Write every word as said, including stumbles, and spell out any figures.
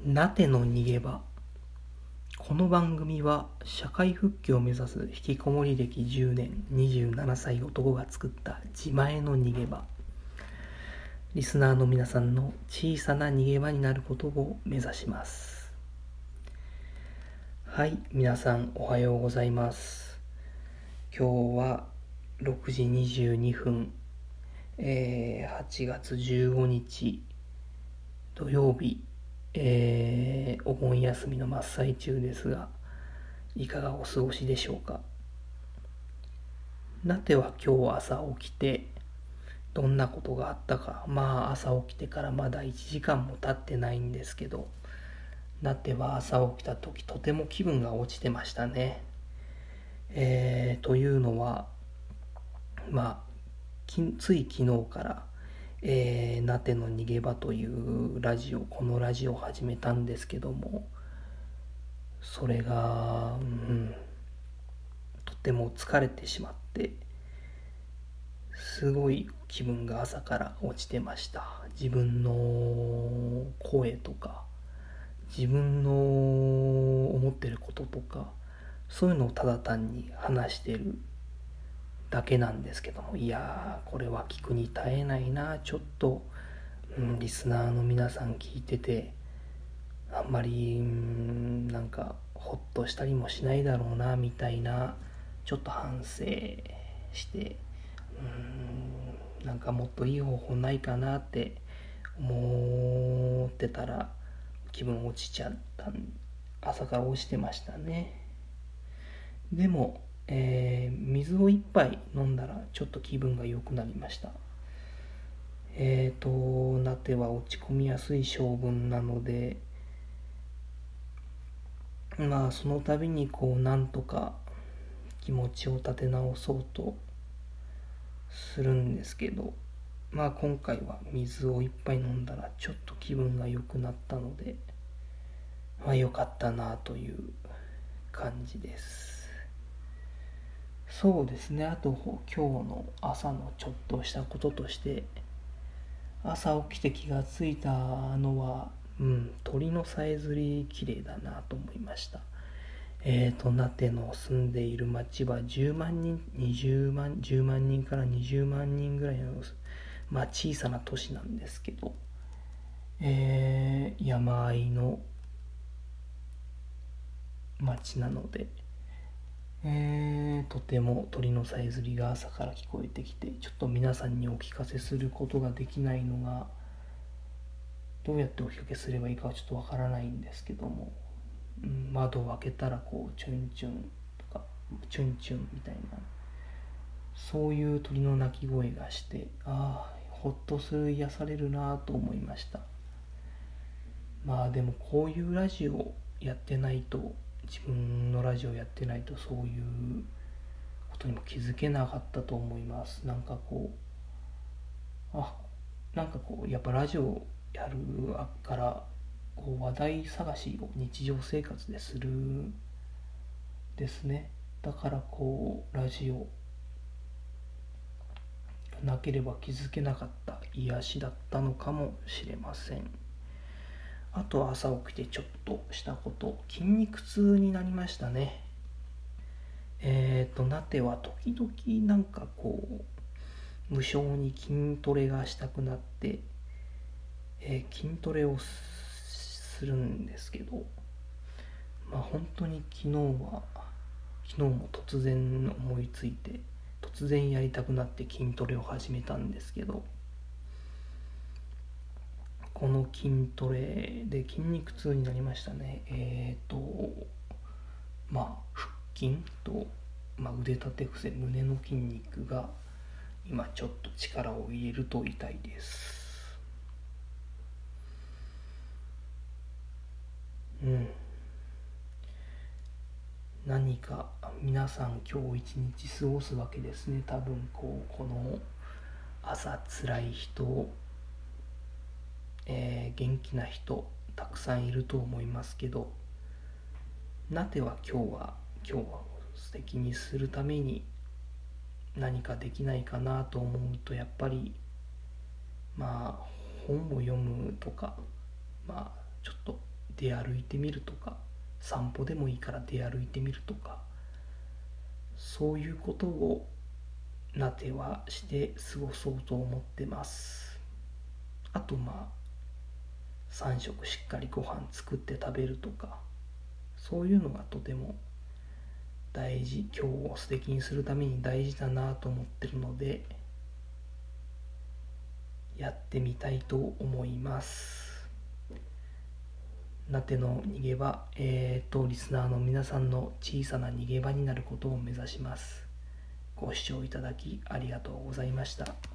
なての逃げ場。この番組は社会復帰を目指す引きこもり歴じゅうねんにじゅうななさい男が作った自前の逃げ場。リスナーの皆さんの小さな逃げ場になることを目指します。はい、皆さんおはようございます。今日はろくじにじゅうにふん、えー、はちがつじゅうごにち土曜日、えー、お盆休みの真っ最中ですが、いかがお過ごしでしょうか。なては今日朝起きてどんなことがあったか、まあ朝起きてからまだいちじかんも経ってないんですけど、なては朝起きた時とても気分が落ちてましたね。えー、というのはまあつい昨日からえー、なての逃げ場というラジオこのラジオを始めたんですけども、それが、うん、とても疲れてしまってすごい気分が朝から落ちてました。自分の声とか自分の思ってることとかそういうのをただ単に話してるだけなんですけども、いやーこれは聞くに耐えないな。ちょっと、うん、リスナーの皆さん聞いててあんまり、うん、なんかホッとしたりもしないだろうなみたいな、ちょっと反省して、うん、なんかもっといい方法ないかなって思ってたら気分落ちちゃったん、朝から落ちてましたね。でも、えー、水を一杯飲んだらちょっと気分が良くなりました。えーとなては落ち込みやすい性分なので、まあその度にこうなんとか気持ちを立て直そうとするんですけど、まあ今回は水を一杯飲んだらちょっと気分が良くなったので、まあ良かったなという感じです。そうですね。あと今日の朝のちょっとしたこととして、朝起きて気がついたのは、うん、鳥のさえずり綺麗だなと思いました。えーと、なての住んでいる町はじゅうまんにん、にじゅうまん、じゅうまんにんからにじゅうまんにんぐらいの、まあ小さな都市なんですけど、えー、山あいの町なので、えー、とても鳥のさえずりが朝から聞こえてきて、ちょっと皆さんにお聞かせすることができないのが、どうやってお聞かけすればいいかはちょっとわからないんですけども、うん、窓を開けたらこうチュンチュンとかチュンチュンみたいな、そういう鳥の鳴き声がして、ああほっとする、癒されるなと思いました。まあでもこういうラジオやってないと、自分のラジオやってないとそういうことにも気づけなかったと思います。なんかこうあなんかこうやっぱラジオやるからこう話題探しを日常生活でするですね。だからこうラジオなければ気づけなかった癒しだったのかもしれません。あと朝起きてちょっとしたこと、筋肉痛になりましたね。えーとなては時々なんかこう無性に筋トレがしたくなって、えー筋トレをするんですけど、まあ本当に昨日は昨日も突然思いついて突然やりたくなって筋トレを始めたんですけど、この筋トレで筋肉痛になりましたね。えっ、ー、とまあ腹筋と、まあ、腕立て伏せ、胸の筋肉が今ちょっと力を入れると痛いです。うん。何か皆さん今日一日過ごすわけですね。多分こうこの朝辛い人、えー、元気な人たくさんいると思いますけど、なては今日は今日は素敵にするために何かできないかなと思うと、やっぱりまあ本を読むとか、まあちょっと出歩いてみるとか、散歩でもいいから出歩いてみるとか、そういうことをなてはして過ごそうと思ってます。あとまあさん食しっかりご飯作って食べるとか、そういうのがとても大事、今日を素敵にするために大事だなと思ってるので、やってみたいと思います。なての逃げ場、えーとリスナーの皆さんの小さな逃げ場になることを目指します。ご視聴いただきありがとうございました。